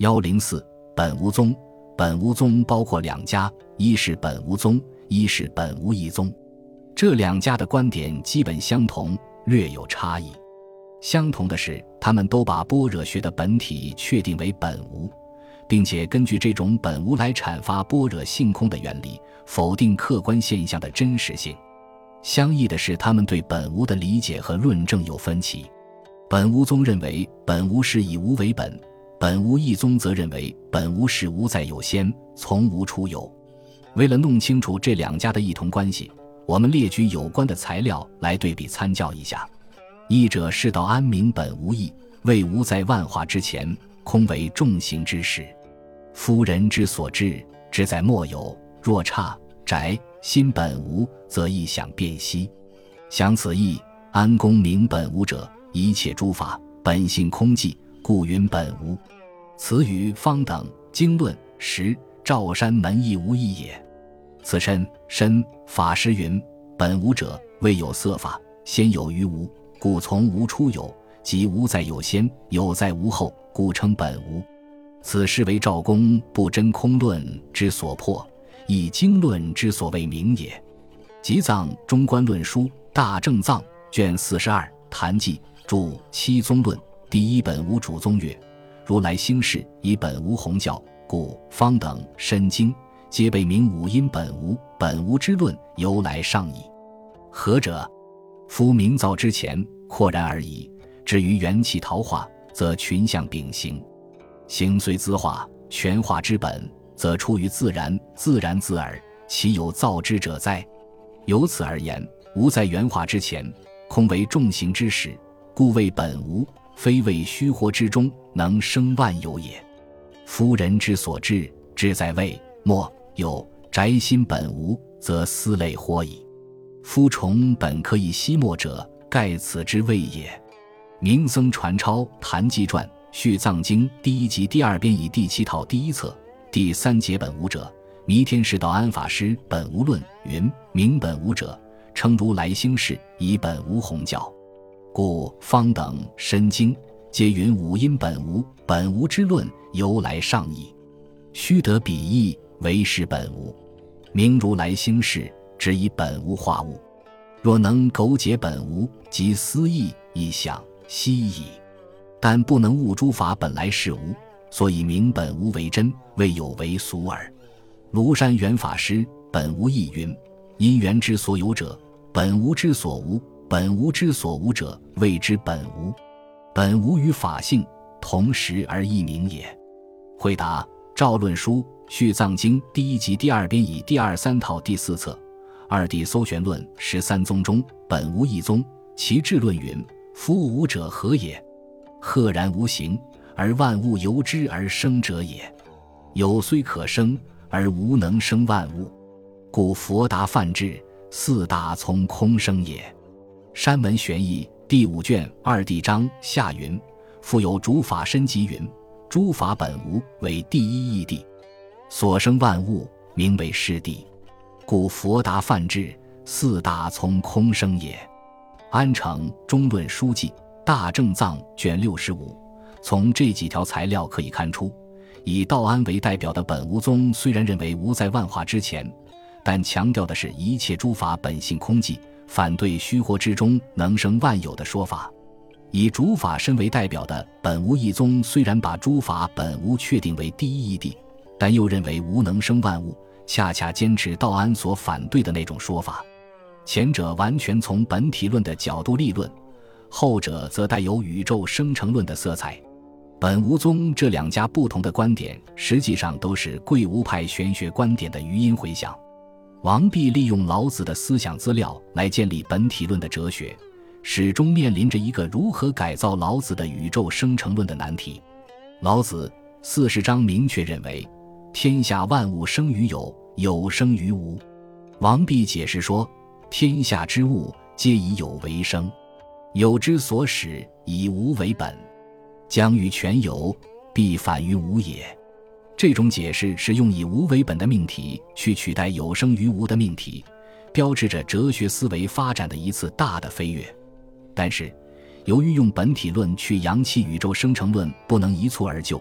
104本无宗。本无宗包括两家，一是本无宗，一是本无一宗。这两家的观点基本相同，略有差异。相同的是，他们都把般若学的本体确定为本无，并且根据这种本无来阐发般若性空的原理，否定客观现象的真实性。相异的是，他们对本无的理解和论证有分歧。本无宗认为本无是以无为本，本无一宗则认为本无是无在有先，从无出有。为了弄清楚这两家的异同关系，我们列举有关的材料来对比参教一下。一者是道安明本无义，谓无在万化之前，空为众行之始。夫人之所至，之在莫有，若差宅心本无，则意想辨析。想此意，安公明本无者，一切诸法本性空寂，故云本无。此与方等经论时赵山门亦无异也。此身法师云本无者，未有色法，先有于无，故从无出有，即无在有先，有在无后，故称本无。此是为赵公不真空论之所破，以经论之所谓明也。集藏中观论书大正藏卷42坛记注七宗论第一本无主宗曰：如来兴世以本无弘教，故方等深经皆被名五因本无，本无之论由来上矣。何者？夫明造之前阔然而已，至于元气陶化，则群相并行。形虽自化，全化之本，则出于自然，自然自耳，其有造之者哉？由此而言，无在元化之前，空为众行之始，故谓本无，非谓虚活之中能生万有也。夫人之所至，志在谓莫有宅心本无，则斯类豁矣。夫虫本可以息没者，盖此之谓也。明僧传抄坛记传续藏经第一集第二编以第7套第1册第3节本无者，弥天士道安法师本无论云：明本无者，称如来兴世以本无弘教，故方等深经皆云五因本无，本无之论由来上矣。须得彼意，为是本无。明如来兴世，只以本无化物。若能苟解本无，即思义亦想悉矣。但不能悟诸法本来是无，所以明本无为真，未有为俗耳。庐山元法师本无义云：因缘之所有者，本无之所无，本无之所无者，谓之本无。本无与法性同时而异名也。回答赵论书续藏经第1集第2编以第2、3套第4册二地搜玄论13宗中本无一宗，其智论云：夫无者何也？赫然无形，而万物由之而生者也。有虽可生，而无能生万物，故佛达梵志四大从空生也。山门玄义第5卷2地章下云：复有诸法身集云：诸法本无为第一义谛，所生万物名为是谛，故佛达梵志四大从空生也。安城中论书记大正藏卷65，从这几条材料可以看出，以道安为代表的本无宗虽然认为无在万化之前，但强调的是一切诸法本性空寂，反对虚活之中能生万有的说法。以诸法身为代表的本无一宗虽然把诸法本无确定为第一义谛，但又认为无能生万物，恰恰坚持道安所反对的那种说法。前者完全从本体论的角度立论，后者则带有宇宙生成论的色彩。本无宗这两家不同的观点实际上都是贵无派玄学观点的余音回响。王弼利用老子的思想资料来建立本体论的哲学，始终面临着一个如何改造老子的宇宙生成论的难题。老子40章明确认为，天下万物生于有，有生于无。王弼解释说，天下之物皆以有为生，有之所始，以无为本，将欲全有，必反于无也。这种解释是用以无为本的命题去取代有生于无的命题，标志着哲学思维发展的一次大的飞跃。但是由于用本体论去扬弃宇宙生成论不能一蹴而就，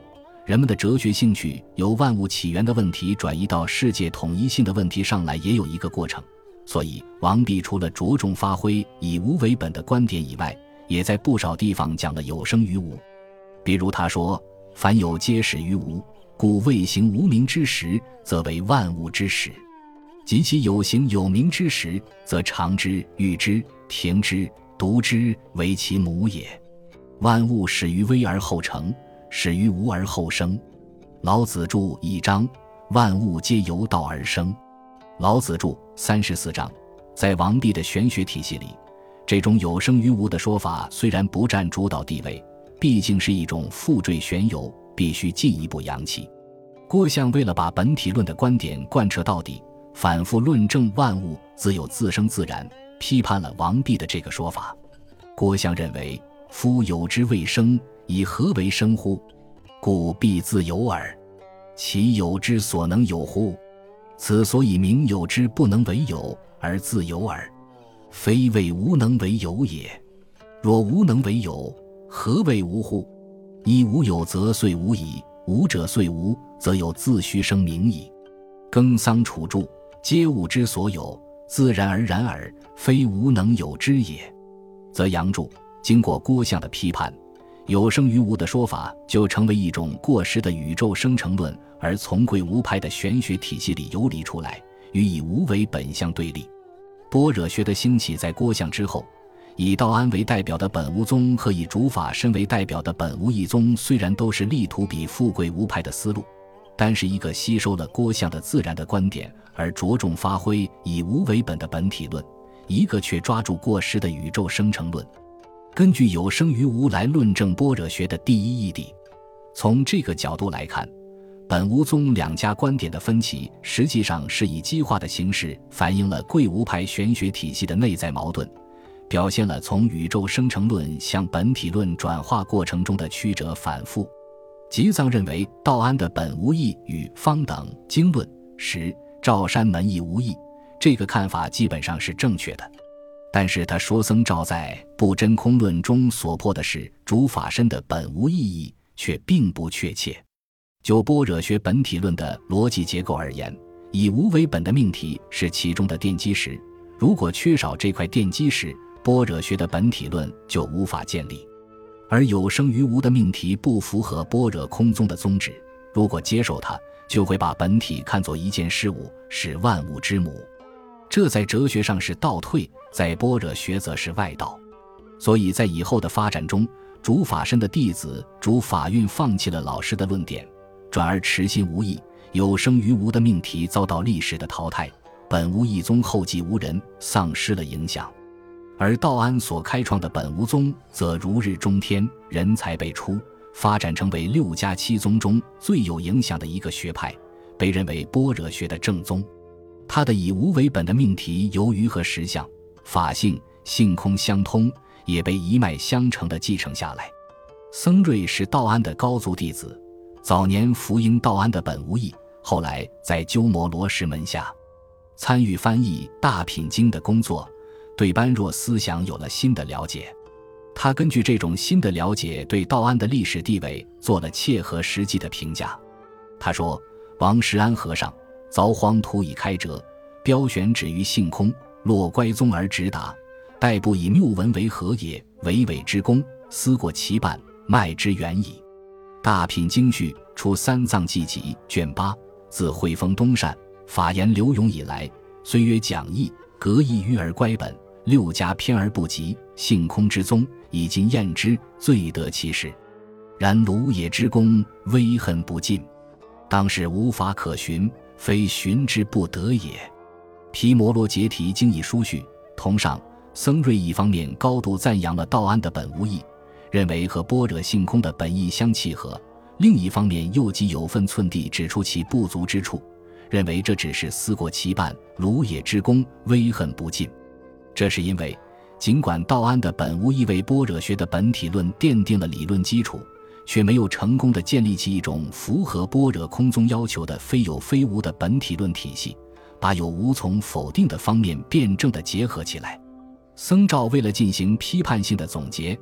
人们的哲学兴趣由万物起源的问题转移到世界统一性的问题上来也有一个过程，所以王弼除了着重发挥以无为本的观点以外，也在不少地方讲了有生于无。比如他说，凡有皆始于无，故未行无名之时，则为万物之始；及其有形有名之时，则常之、欲之、停之、独之为其母也。万物始于微而后成，始于无而后生。老子著1章，万物皆由道而生。老子著34章。在王弼的玄学体系里，这种有生于无的说法虽然不占主导地位，毕竟是一种附坠玄游，必须进一步扬弃。郭象为了把本体论的观点贯彻到底，反复论证万物自有自生自然，批判了王弼的这个说法。郭象认为，夫有之未生，以何为生乎？故必自有耳。其有之所能有乎？此所以名有之不能为有，而自有耳。非谓无能为有也。若无能为有，何谓无乎？以无有则遂无矣，无者遂无，则有自虚生名矣。耕桑处住，皆物之所有，自然而然耳，非无能有之也。则杨著经过郭象的批判，有生于无的说法就成为一种过时的宇宙生成论，而从贵无派的玄学体系里游离出来，与以无为本相对立。般若学的兴起在郭象之后，以道安为代表的本无宗和以竺法身为代表的本无一宗虽然都是力图比富贵无派的思路，但是一个吸收了郭象的自然的观点而着重发挥以无为本的本体论，一个却抓住过时的宇宙生成论，根据有生于无来论证般若学的第一义谛。从这个角度来看，本无宗两家观点的分歧实际上是以激化的形式反映了贵无派玄学体系的内在矛盾，表现了从宇宙生成论向本体论转化过程中的曲折反复。吉藏认为道安的本无义与方等经论时赵山门亦无义，这个看法基本上是正确的。但是他说僧肇在不真空论中所破的是竺法身的本无意义，却并不确切。就般若学本体论的逻辑结构而言，以无为本的命题是其中的奠基石，如果缺少这块奠基石，般若学的本体论就无法建立。而有生于无的命题不符合般若空宗的宗旨，如果接受它，就会把本体看作一件事物，是万物之母。这在哲学上是倒退，在般若学则是外道。所以在以后的发展中，竺法身的弟子竺法运放弃了老师的论点，转而持心无义，有生于无的命题遭到历史的淘汰，本无一宗后继无人，丧失了影响。而道安所开创的本无宗则如日中天，人才辈出，发展成为6家7宗中最有影响的一个学派，被认为般若学的正宗。他的以无为本的命题由于和实相、法性、性空相通，也被一脉相承地继承下来。僧瑞是道安的高足弟子，早年服膺道安的本无义，后来在鸠摩罗什门下参与翻译《大品经》的工作，对般若思想有了新的了解。他根据这种新的了解对道安的历史地位做了切合实际的评价。他说，王石安和尚凿荒土以开折，标选止于性空，落乖宗而直达，待不以谬文为何也？为伪之功，思过其半，迈之远矣。大品经序出三藏记集卷8，自汇丰东善法言刘永以来，虽曰讲义，格义于而乖本，6家偏而不及，性空之宗，以今验之，最得其实。然鲁也之功，微恨不尽，当是无法可寻，非寻之不得也。毗摩罗揭题经义书序同上，僧瑞一方面高度赞扬了道安的本无义，认为和般若性空的本意相契合，另一方面又极有分寸地指出其不足之处，认为这只是思过其半，鲁也之功，微恨不尽。这是因为尽管道安的本无义为般若学的本体论奠定了理论基础，却没有成功地建立起一种符合般若空宗要求的非有非无的本体论体系，把有无从否定的方面辩证地结合起来。僧肇为了进行批判性的总结，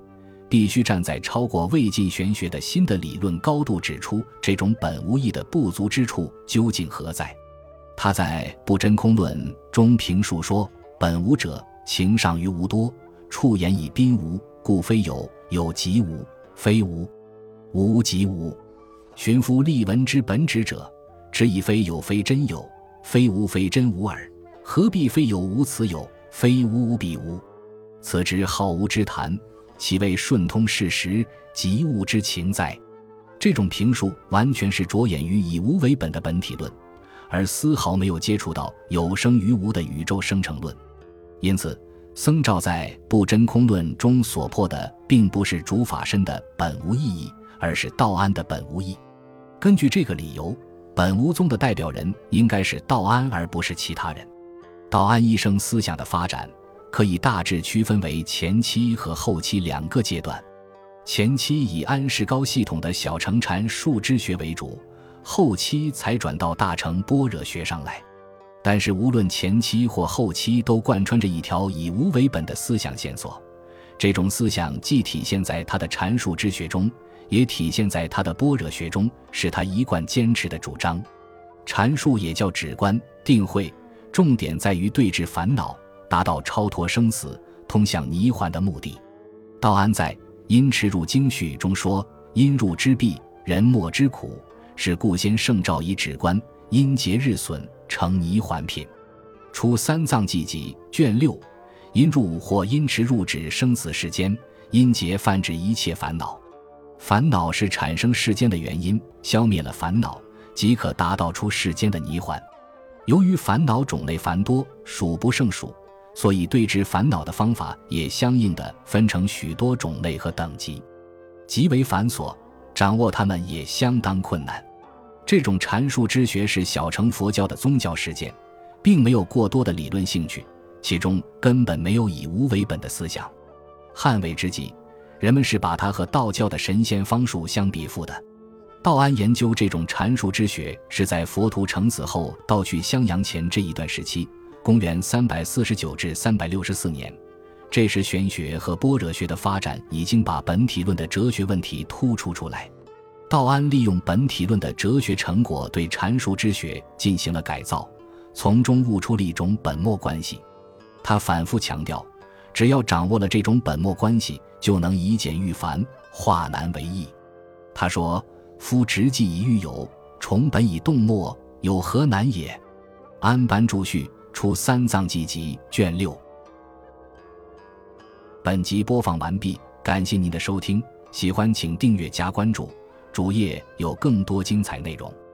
必须站在超过魏晋玄学的新的理论高度，指出这种本无义的不足之处究竟何在。他在《不真空论》中评述说：本无者，情上于无多，处言以宾无，故非有，有即无，非无，无即无。寻夫立文之本旨者，只以非有非真有，非无非真无耳，何必非有无此有，非无无彼无？此之好无之谈，其为顺通事实，即物之情哉？这种评述完全是着眼于以无为本的本体论，而丝毫没有接触到有生于无的宇宙生成论。因此僧肇在《不真空论》中所破的并不是主法身的本无意义，而是道安的本无义。根据这个理由，本无宗的代表人应该是道安，而不是其他人。道安一生思想的发展可以大致区分为前期和后期两个阶段。前期以安世高系统的小乘禅数知学为主，后期才转到大乘般若学上来。但是无论前期或后期，都贯穿着一条以无为本的思想线索。这种思想既体现在他的禅数知学中，也体现在他的般若学中，是他一贯坚持的主张。禅术也叫止观、定慧，重点在于对治烦恼，达到超脱生死、通向涅槃的目的。道安在《因持入经序》中说：因入之弊，人莫之苦，是故先圣诏以止观，因节日损，成涅槃品。出三藏记集卷6，因入或因持入止生死世间，因节泛指一切烦恼。烦恼是产生世间的原因，消灭了烦恼，即可达到出世间的涅槃。由于烦恼种类繁多，数不胜数，所以对治烦恼的方法也相应的分成许多种类和等级，极为繁琐，掌握它们也相当困难。这种禅术之学是小乘佛教的宗教实践，并没有过多的理论兴趣，其中根本没有以无为本的思想。汉魏之际，人们是把它和道教的神仙方术相比附的。道安研究这种禅术之学是在佛陀成死后到去襄阳前这一段时期，公元349至364年。这时玄学和般若学的发展已经把本体论的哲学问题突出来。道安利用本体论的哲学成果对禅术之学进行了改造，从中悟出了一种本末关系。他反复强调，只要掌握了这种本末关系，就能以简驭繁，化难为易。他说：夫直记以喻有，重本以动末，有何难也？安班注序出三藏记集卷6。本集播放完毕，感谢您的收听，喜欢请订阅加关注，主页有更多精彩内容。